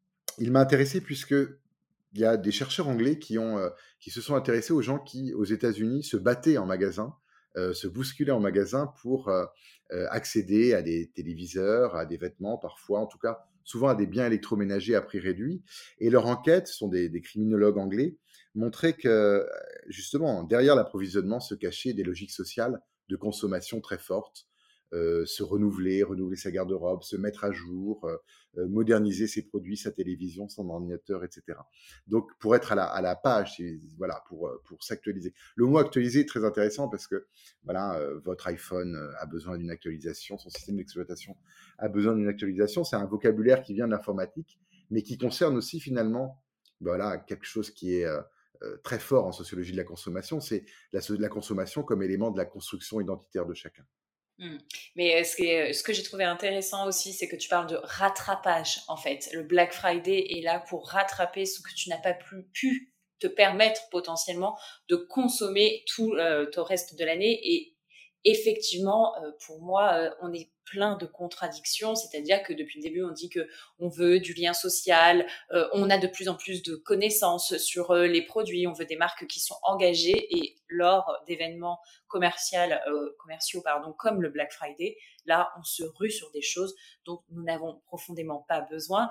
il m'a intéressé puisque il y a des chercheurs anglais qui, ont, euh, qui se sont intéressés aux gens qui, aux États-Unis, se battaient en magasin, euh, se bousculaient en magasin pour euh, euh, accéder à des téléviseurs, à des vêtements parfois, en tout cas souvent à des biens électroménagers à prix réduit. Et leur enquête, ce sont des, des criminologues anglais, montraient que justement, derrière l'approvisionnement se cachaient des logiques sociales de consommation très fortes. Euh, se renouveler, renouveler sa garde-robe, se mettre à jour, euh, euh, moderniser ses produits, sa télévision, son ordinateur, et cetera. Donc, pour être à la, à la page, voilà, pour, pour s'actualiser. Le mot actualiser est très intéressant parce que, voilà, euh, votre iPhone a besoin d'une actualisation, son système d'exploitation a besoin d'une actualisation. C'est un vocabulaire qui vient de l'informatique, mais qui concerne aussi finalement, voilà, quelque chose qui est euh, euh, très fort en sociologie de la consommation, c'est la, la consommation comme élément de la construction identitaire de chacun. Mmh. Mais ce que, ce que j'ai trouvé intéressant aussi, c'est que tu parles de rattrapage, en fait. Le Black Friday est là pour rattraper ce que tu n'as pas pu, pu te permettre potentiellement de consommer tout euh, le reste de l'année. Et effectivement, euh, pour moi, euh, on est plein de contradictions, c'est-à-dire que depuis le début, on dit que on veut du lien social, euh, on a de plus en plus de connaissances sur euh, les produits, on veut des marques qui sont engagées et lors d'événements commerciaux, euh, commerciaux pardon, comme le Black Friday, là, on se rue sur des choses dont nous n'avons profondément pas besoin.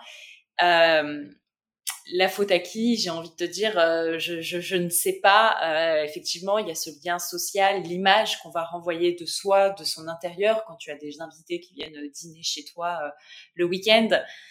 Euh, La faute à qui? J'ai envie de te dire, euh, je, je, je ne sais pas. Euh, effectivement, il y a ce lien social, l'image qu'on va renvoyer de soi, de son intérieur, quand tu as des invités qui viennent dîner chez toi euh, le week-end.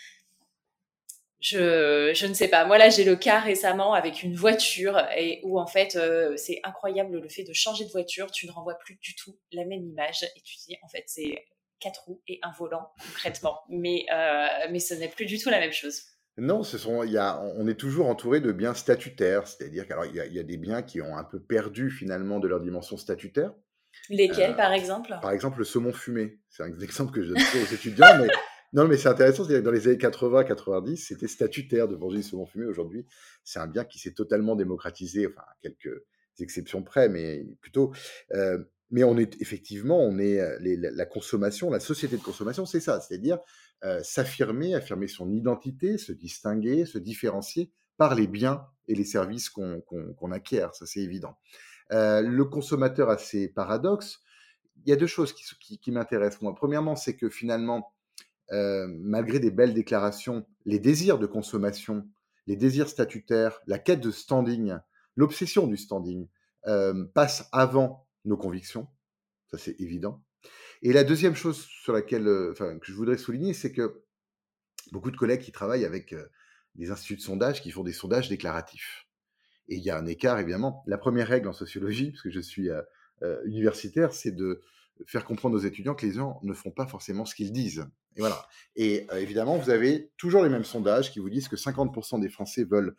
Je, je ne sais pas. Moi, là, j'ai le cas récemment avec une voiture et où, en fait, euh, c'est incroyable le fait de changer de voiture. Tu ne renvoies plus du tout la même image et tu dis, en fait, c'est quatre roues et un volant, concrètement. Mais, euh, mais ce n'est plus du tout la même chose. Non, ce sont, il y a, on est toujours entouré de biens statutaires, c'est-à-dire qu'il y a, il y a des biens qui ont un peu perdu finalement de leur dimension statutaire. Lesquels, Euh, par exemple? Par exemple, le saumon fumé. C'est un exemple que je donne aux étudiants, mais non, mais c'est intéressant, c'est-à-dire que dans les années quatre-vingts quatre-vingt-dix, c'était statutaire de manger du saumon fumé. Aujourd'hui, c'est un bien qui s'est totalement démocratisé, enfin, à quelques exceptions près, mais plutôt. Euh, mais on est effectivement, on est les, la, la consommation, la société de consommation, c'est ça, c'est-à-dire euh, s'affirmer, affirmer son identité, se distinguer, se différencier par les biens et les services qu'on qu'on, qu'on acquiert, ça c'est évident. Euh, le consommateur a ses paradoxes. Il y a deux choses qui, qui, qui m'intéressent moi. Premièrement, c'est que finalement, euh, malgré des belles déclarations, les désirs de consommation, les désirs statutaires, la quête de standing, l'obsession du standing euh, passent avant nos convictions. Ça, c'est évident. Et la deuxième chose sur laquelle, euh, enfin, que je voudrais souligner, c'est que beaucoup de collègues qui travaillent avec euh, des instituts de sondage qui font des sondages déclaratifs. Et il y a un écart, évidemment. La première règle en sociologie, parce que je suis euh, euh, universitaire, c'est de faire comprendre aux étudiants que les gens ne font pas forcément ce qu'ils disent. Et voilà. Et euh, évidemment, vous avez toujours les mêmes sondages qui vous disent que cinquante pour cent des Français veulent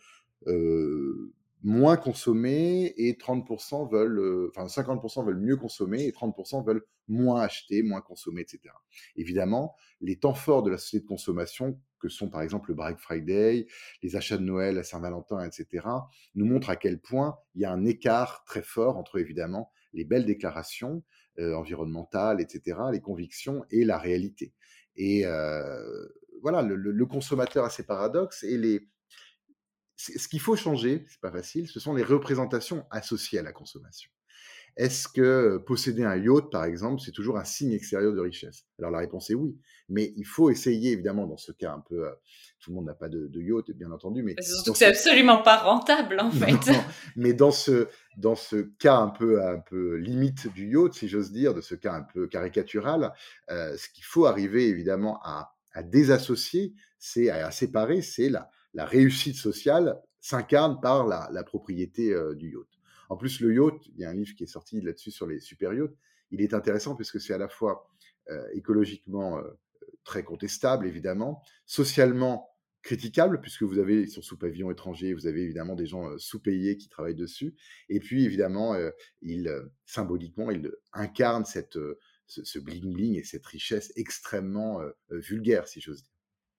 euh, moins consommer et trente pour cent veulent, euh, enfin cinquante pour cent veulent mieux consommer et trente pour cent veulent moins acheter, moins consommer, et cetera. Évidemment, les temps forts de la société de consommation, que sont par exemple le Black Friday, les achats de Noël, la Saint-Valentin, et cetera, nous montrent à quel point il y a un écart très fort entre évidemment les belles déclarations euh, environnementales, et cetera, les convictions et la réalité. Et euh, voilà, le, le, le consommateur a ses paradoxes et les ce qu'il faut changer, c'est pas facile, ce sont les représentations associées à la consommation. est-ce que posséder un yacht, par exemple, c'est toujours un signe extérieur de richesse? Alors la réponse est oui, mais il faut essayer évidemment dans ce cas un peu, heu, tout le monde n'a pas de de yacht bien entendu, mais C'est surtout dans que c'est ce absolument pas rentable, en fait. non, mais dans ce dans ce cas un peu un peu limite du yacht, si j'ose dire, de ce cas un peu caricatural, heu, ce qu'il faut arriver évidemment à à désassocier, c'est à à séparer, c'est la la réussite sociale s'incarne par la la propriété, heu, du yacht. En plus, le yacht, il y a un livre qui est sorti là-dessus sur les super yachts. Il est intéressant puisque c'est à la fois, heu, écologiquement, heu, très contestable évidemment, socialement critiquable puisque vous avez ils sont sous pavillon étranger, vous avez évidemment des gens, heu, sous-payés qui travaillent dessus et puis évidemment, heu, il, heu, symboliquement, il incarne cette, heu, ce ce bling-bling et cette richesse extrêmement, heu heu, vulgaire, si j'ose dire.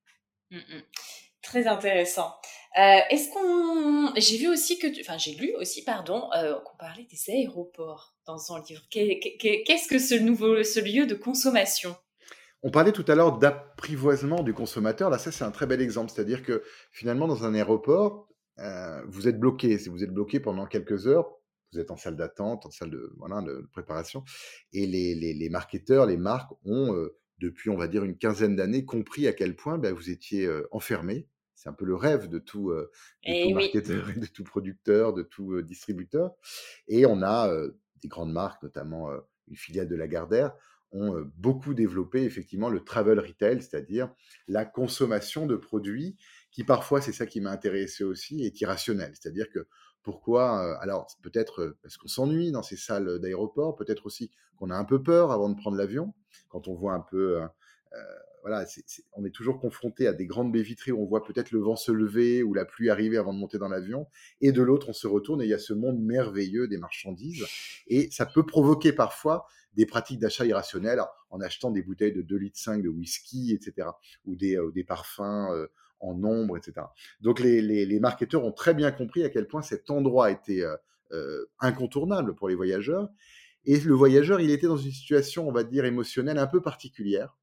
Mmh mh. Très intéressant. Heu, est-ce qu'on j'ai vu aussi que tu enfin, j'ai lu aussi, pardon, heu, qu'on parlait des aéroports dans son livre. Qu'est qu'est qu'est-ce que ce nouveau ce lieu de consommation? On parlait tout à l'heure d'apprivoisement du consommateur. Là, ça, c'est un très bel exemple. C'est-à-dire que finalement, dans un aéroport, heu, vous êtes bloqué. Si vous êtes bloqué pendant quelques heures, vous êtes en salle d'attente, en salle de voilà, de préparation et les les les marketeurs, les marques ont, heu, depuis, on va dire, une quinzaine d'années, compris à quel point, bah, vous étiez, heu, enfermés. C'est un peu le rêve de tout, heu, de tout Eh oui. marketeur et de tout producteur, de tout, heu, distributeur et on a, heu, des grandes marques, notamment, heu, une filiale de Lagardère, ont euh, beaucoup développé effectivement le travel retail, c'est-à-dire la consommation de produits qui parfois, c'est ça qui m'a intéressé aussi, est irrationnel. C'est-à-dire que pourquoi, euh, alors c'est peut-être euh, parce qu'on s'ennuie dans ces salles d'aéroport, peut-être aussi qu'on a un peu peur avant de prendre l'avion, quand on voit un peu, euh, euh, voilà, c'est- c'est- on est toujours confronté à des grandes baies vitrées où on voit peut-être le vent se lever ou la pluie arriver avant de monter dans l'avion, et de l'autre, on se retourne et il y a ce monde merveilleux des marchandises, et ça peut provoquer parfois des pratiques d'achat irrationnelles en achetant des bouteilles de deux litres cinq de whisky, et cetera, ou des, euh, des parfums euh, en nombre, et cetera. Donc les, les, les marketeurs ont très bien compris à quel point cet endroit était euh, euh, incontournable pour les voyageurs. Et le voyageur, il était dans une situation, on va dire, émotionnelle un peu particulière.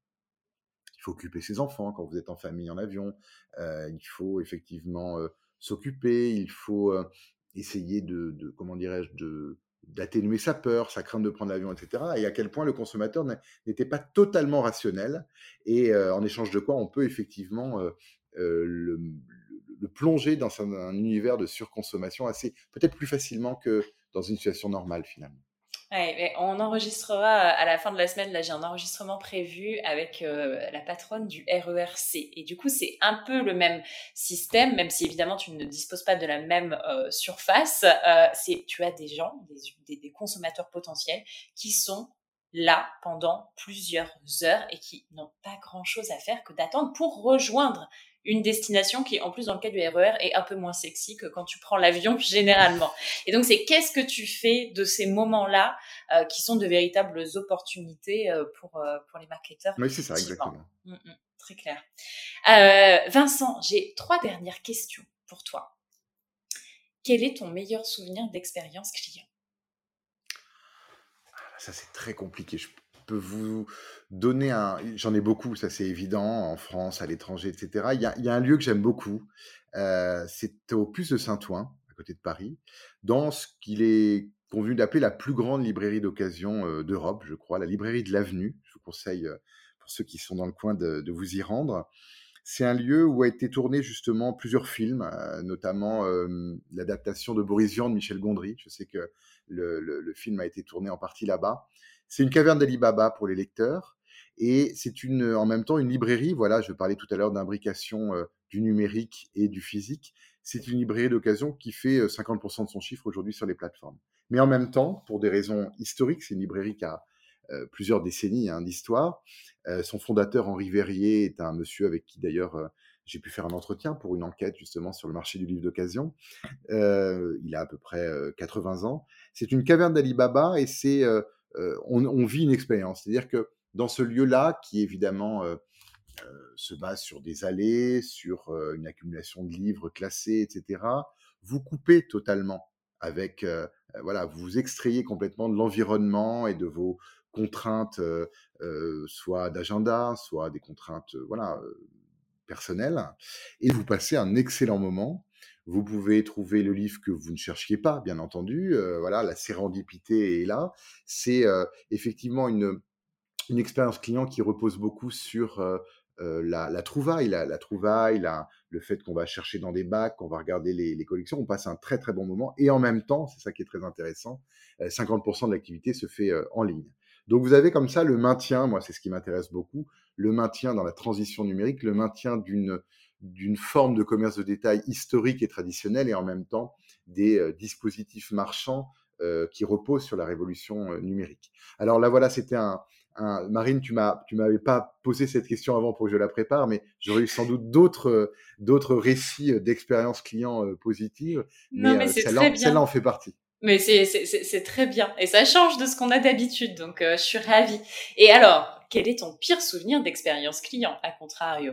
Il faut occuper ses enfants quand vous êtes en famille en avion. Euh, il faut effectivement euh, s'occuper. Il faut euh, essayer de, de comment dirais-je, de d'atténuer sa peur, sa crainte de prendre l'avion, et cetera. Et à quel point le consommateur n'a- n'était pas totalement rationnel. Et euh, en échange de quoi, on peut effectivement euh, euh, le, le- le plonger dans un, un univers de surconsommation assez, peut-être plus facilement que dans une situation normale finalement. Ouais, mais on enregistrera euh, à la fin de la semaine. Là, j'ai un enregistrement prévu avec euh, la patronne du R E R C. Et du coup, c'est un peu le même système, même si évidemment tu ne disposes pas de la même euh, surface. Euh, c'est, tu as des gens, des, des, des consommateurs potentiels qui sont là pendant plusieurs heures et qui n'ont pas grand-chose à faire que d'attendre pour rejoindre une destination qui, en plus, dans le cas du R E R, est un peu moins sexy que quand tu prends l'avion généralement. Et donc, c'est qu'est-ce que tu fais de ces moments-là euh, qui sont de véritables opportunités euh, pour, euh, pour les marketeurs, Oui, c'est ça, effectivement. exactement. Mm, mm, très clair. Euh, Vincent, j'ai trois dernières questions pour toi. Quel est ton meilleur souvenir d'expérience client? Ça, c'est très compliqué. Je peux vous donner un... J'en ai beaucoup, ça c'est évident, en France, à l'étranger, et cetera. Il y a, il y a un lieu que j'aime beaucoup. Euh, c'est au Puce de Saint-Ouen, à côté de Paris, dans ce qu'il est convenu d'appeler la plus grande librairie d'occasion euh, d'Europe, je crois, la librairie de l'Avenue. Je vous conseille, euh, pour ceux qui sont dans le coin, de, de vous y rendre. C'est un lieu où a été tourné justement plusieurs films, euh, notamment euh, l'adaptation de Boris Vian de Michel Gondry. Je sais que le, le, le film a été tourné en partie là-bas. C'est une caverne d'Ali Baba pour les lecteurs. Et c'est une, en même temps une librairie. Voilà, je parlais tout à l'heure d'imbrication euh, du numérique et du physique. C'est une librairie d'occasion qui fait euh, cinquante pour cent de son chiffre aujourd'hui sur les plateformes. Mais en même temps, pour des raisons historiques, c'est une librairie qui a euh, plusieurs décennies hein, d'histoire. Euh, son fondateur, Henri Verrier, est un monsieur avec qui d'ailleurs euh, j'ai pu faire un entretien pour une enquête justement sur le marché du livre d'occasion. Euh, il a à peu près euh, quatre-vingts ans. C'est une caverne d'Ali Baba et c'est, euh, euh, on, on vit une expérience. C'est-à-dire que dans ce lieu-là, qui évidemment euh, euh, se base sur des allées, sur euh, une accumulation de livres classés, et cetera, vous coupez totalement avec, euh, euh, voilà, vous vous extrayez complètement de l'environnement et de vos contraintes, euh, euh, soit d'agenda, soit des contraintes, euh, voilà, euh, personnelles, et vous passez un excellent moment. Vous pouvez trouver le livre que vous ne cherchiez pas, bien entendu. Euh, voilà, la sérendipité est là. C'est euh, effectivement une, une expérience client qui repose beaucoup sur euh, euh, la, la trouvaille, la, la trouvaille, la, le fait qu'on va chercher dans des bacs, qu'on va regarder les, les collections. On passe un très très bon moment. Et en même temps, c'est ça qui est très intéressant, euh, cinquante pour cent de l'activité se fait euh, en ligne. Donc vous avez comme ça le maintien, moi c'est ce qui m'intéresse beaucoup, le maintien dans la transition numérique, le maintien d'une d'une forme de commerce de détail historique et traditionnel et en même temps des euh, dispositifs marchands euh, qui reposent sur la révolution euh, numérique. Alors là voilà, c'était un, un Marine, tu m'as tu m'avais pas posé cette question avant pour que je la prépare, mais j'aurais eu sans doute d'autres euh, d'autres récits d'expériences clients euh, positives, Non, mais mais euh, c'est celle-là très bien. celle-là en fait partie. Mais c'est, c'est, c'est, c'est très bien. Et ça change de ce qu'on a d'habitude. Donc, euh, je suis ravie. Et alors, quel est ton pire souvenir d'expérience client, à contrario?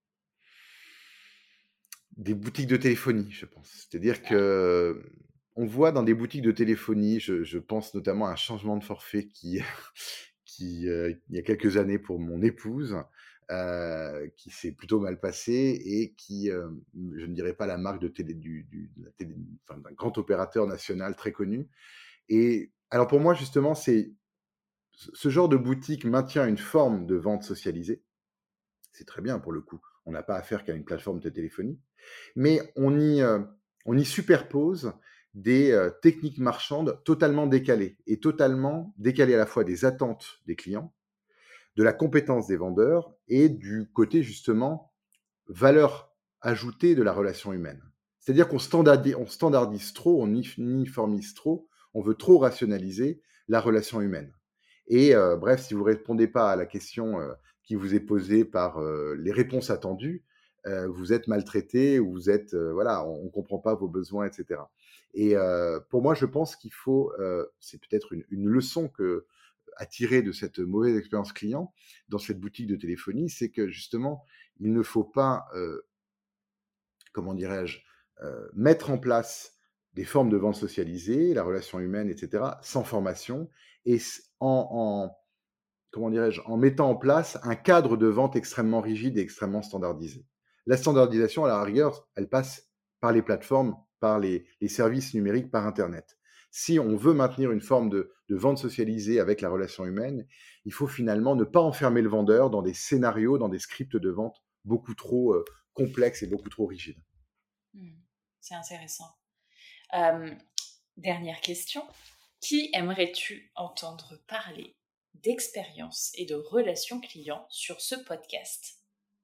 Des boutiques de téléphonie, je pense. C'est-à-dire que on voit dans des boutiques de téléphonie, je, je pense notamment à un changement de forfait qui, qui euh, il y a quelques années pour mon épouse, euh, qui s'est plutôt mal passé et qui, euh, je ne dirais pas la marque de télé, du, du, de la télé, enfin, d'un grand opérateur national très connu. Et alors pour moi, justement, c'est ce genre de boutique maintient une forme de vente socialisée. C'est très bien pour le coup. On n'a pas affaire qu'à une plateforme de téléphonie. Mais on y, euh, on y superpose des euh, techniques marchandes totalement décalées et totalement décalées à la fois des attentes des clients, de la compétence des vendeurs et du côté justement valeur ajoutée de la relation humaine. C'est-à-dire qu'on standardise, on standardise trop, on uniformise trop, on veut trop rationaliser la relation humaine. Et euh, bref, si vous ne répondez pas à la question euh, qui vous est posée par euh, les réponses attendues, euh, vous êtes maltraité ou vous êtes, euh, voilà, on ne comprend pas vos besoins, et cetera. Et euh, pour moi, je pense qu'il faut, euh, c'est peut-être une, une leçon que, à tirer de cette mauvaise expérience client dans cette boutique de téléphonie, c'est que justement, il ne faut pas, euh, comment dirais-je, euh, mettre en place des formes de vente socialisée, la relation humaine, et cetera, sans formation et en, en comment dirais-je, en mettant en place un cadre de vente extrêmement rigide et extrêmement standardisé. La standardisation, à la rigueur, elle passe par les plateformes, par les, les services numériques, par Internet. Si on veut maintenir une forme de, de vente socialisée avec la relation humaine, il faut finalement ne pas enfermer le vendeur dans des scénarios, dans des scripts de vente beaucoup trop euh, complexes et beaucoup trop rigides. Mmh, c'est intéressant. Euh, dernière question. Qui aimerais-tu entendre parler d'expérience et de relations clients sur ce podcast?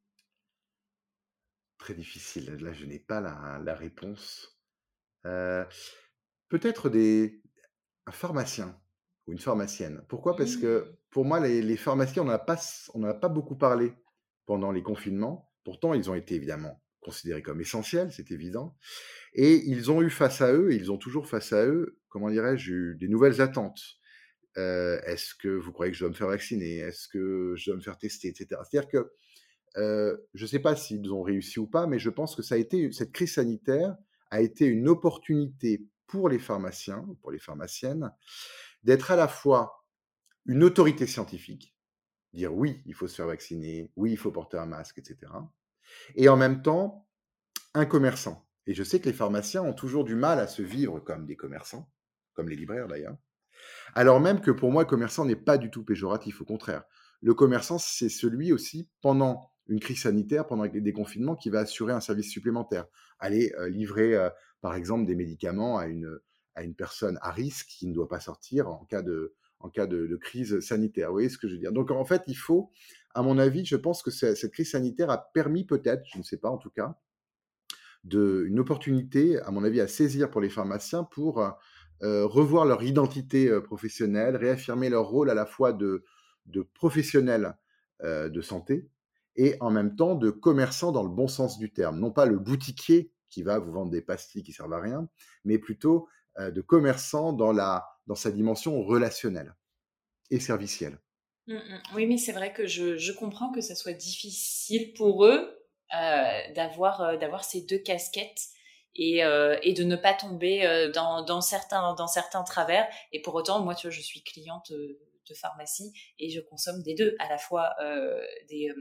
Très difficile. Là, je n'ai pas la, la réponse. Euh, peut-être des, un pharmacien ou une pharmacienne. Pourquoi? Parce Mmh. que pour moi, les, les pharmaciens, on n'en a pas, on n'en a pas beaucoup parlé pendant les confinements. Pourtant, ils ont été évidemment considérés comme essentiels, c'est évident. Et ils ont eu face à eux, et ils ont toujours face à eux, comment dirais-je, eu des nouvelles attentes. Euh, est-ce que vous croyez que je dois me faire vacciner? Est-ce que je dois me faire tester, et cetera. C'est-à-dire que euh, je ne sais pas s'ils ont réussi ou pas, mais je pense que ça a été, cette crise sanitaire a été une opportunité pour les pharmaciens, pour les pharmaciennes, d'être à la fois une autorité scientifique, dire oui, il faut se faire vacciner, oui, il faut porter un masque, et cetera. Et en même temps, un commerçant. Et je sais que les pharmaciens ont toujours du mal à se vivre comme des commerçants, comme les libraires d'ailleurs. Alors même que pour moi, le commerçant n'est pas du tout péjoratif, au contraire. Le commerçant, c'est celui aussi, pendant une crise sanitaire, pendant des confinements, qui va assurer un service supplémentaire. Aller euh, livrer, euh, par exemple, des médicaments à une, à une personne à risque qui ne doit pas sortir en cas de, en cas de, de crise sanitaire. Vous voyez ce que je veux dire? Donc en fait, il faut, à mon avis, je pense que cette crise sanitaire a permis peut-être, je ne sais pas en tout cas, de, une opportunité, à mon avis, à saisir pour les pharmaciens pour euh, revoir leur identité euh, professionnelle, réaffirmer leur rôle à la fois de, de professionnels euh, de santé et en même temps de commerçants dans le bon sens du terme. Non pas le boutiquier qui va vous vendre des pastilles qui servent à rien, mais plutôt euh, de commerçant dans, la, dans sa dimension relationnelle et servicielle. Mmh, mmh. Oui, mais c'est vrai que je, je comprends que ça soit difficile pour eux euh, d'avoir, euh, d'avoir ces deux casquettes et, euh, et de ne pas tomber euh, dans, dans, certains, dans certains travers. Et pour autant, moi, tu vois, je suis cliente de pharmacie et je consomme des deux, à la fois euh, des, euh,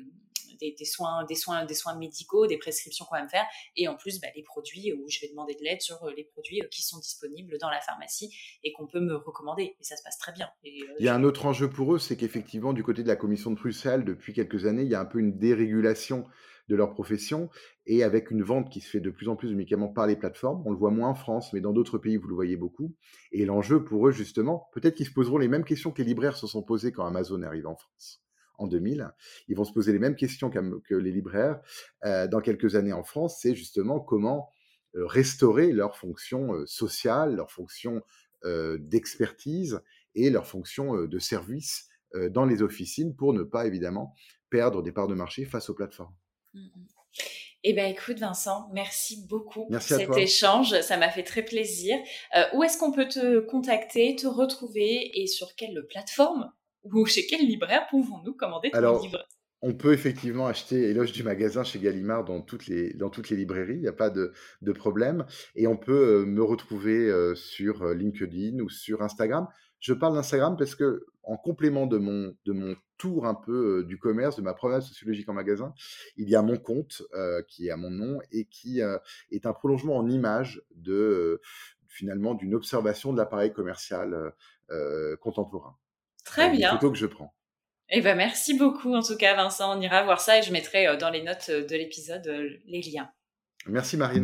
des, des soins, des soins, des soins médicaux, des prescriptions qu'on va me faire, et en plus bah, les produits où je vais demander de l'aide sur les produits qui sont disponibles dans la pharmacie et qu'on peut me recommander. Et ça se passe très bien. Et, euh, il y a un autre enjeu pour eux, c'est qu'effectivement, du côté de la Commission de Bruxelles, depuis quelques années, il y a un peu une dérégulation de leur profession, et avec une vente qui se fait de plus en plus de médicaments par les plateformes. On le voit moins en France, mais dans d'autres pays, vous le voyez beaucoup. Et l'enjeu pour eux, justement, peut-être qu'ils se poseront les mêmes questions que les libraires se sont posées quand Amazon est arrivé en France en deux mille. Ils vont se poser les mêmes questions que les libraires euh, dans quelques années en France. C'est justement comment euh, restaurer leur fonction euh, sociale, leur fonction euh, d'expertise et leur fonction euh, de service euh, dans les officines pour ne pas, évidemment, perdre des parts de marché face aux plateformes. Eh bien, écoute, Vincent, merci beaucoup merci pour cet toi. échange. Ça m'a fait très plaisir. Euh, où est-ce qu'on peut te contacter, te retrouver et sur quelle plateforme ou chez quel libraire pouvons-nous commander ton Alors, livre? On peut effectivement acheter Éloge du magasin chez Gallimard dans toutes les, dans toutes les librairies, il n'y a pas de, de problème. Et on peut euh, me retrouver euh, sur LinkedIn ou sur Instagram. Je parle d'Instagram parce que, en complément de mon, de mon tour un peu euh, du commerce, de ma promenade sociologique en magasin, il y a mon compte euh, qui est à mon nom et qui euh, est un prolongement en images de, euh, finalement, d'une observation de l'appareil commercial euh, euh, contemporain. Très avec bien. Des photos que je prends. Eh ben, merci beaucoup, en tout cas, Vincent. On ira voir ça et je mettrai euh, dans les notes de l'épisode euh, les liens. Merci Marine.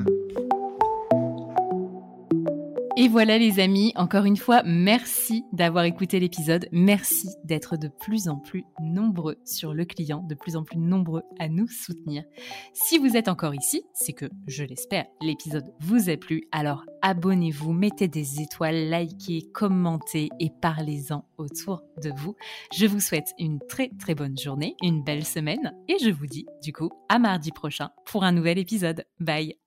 Et voilà les amis, encore une fois, merci d'avoir écouté l'épisode. Merci d'être de plus en plus nombreux sur le client, de plus en plus nombreux à nous soutenir. Si vous êtes encore ici, c'est que, je l'espère, l'épisode vous a plu. Alors abonnez-vous, mettez des étoiles, likez, commentez et parlez-en autour de vous. Je vous souhaite une très très bonne journée, une belle semaine et je vous dis du coup à mardi prochain pour un nouvel épisode. Bye!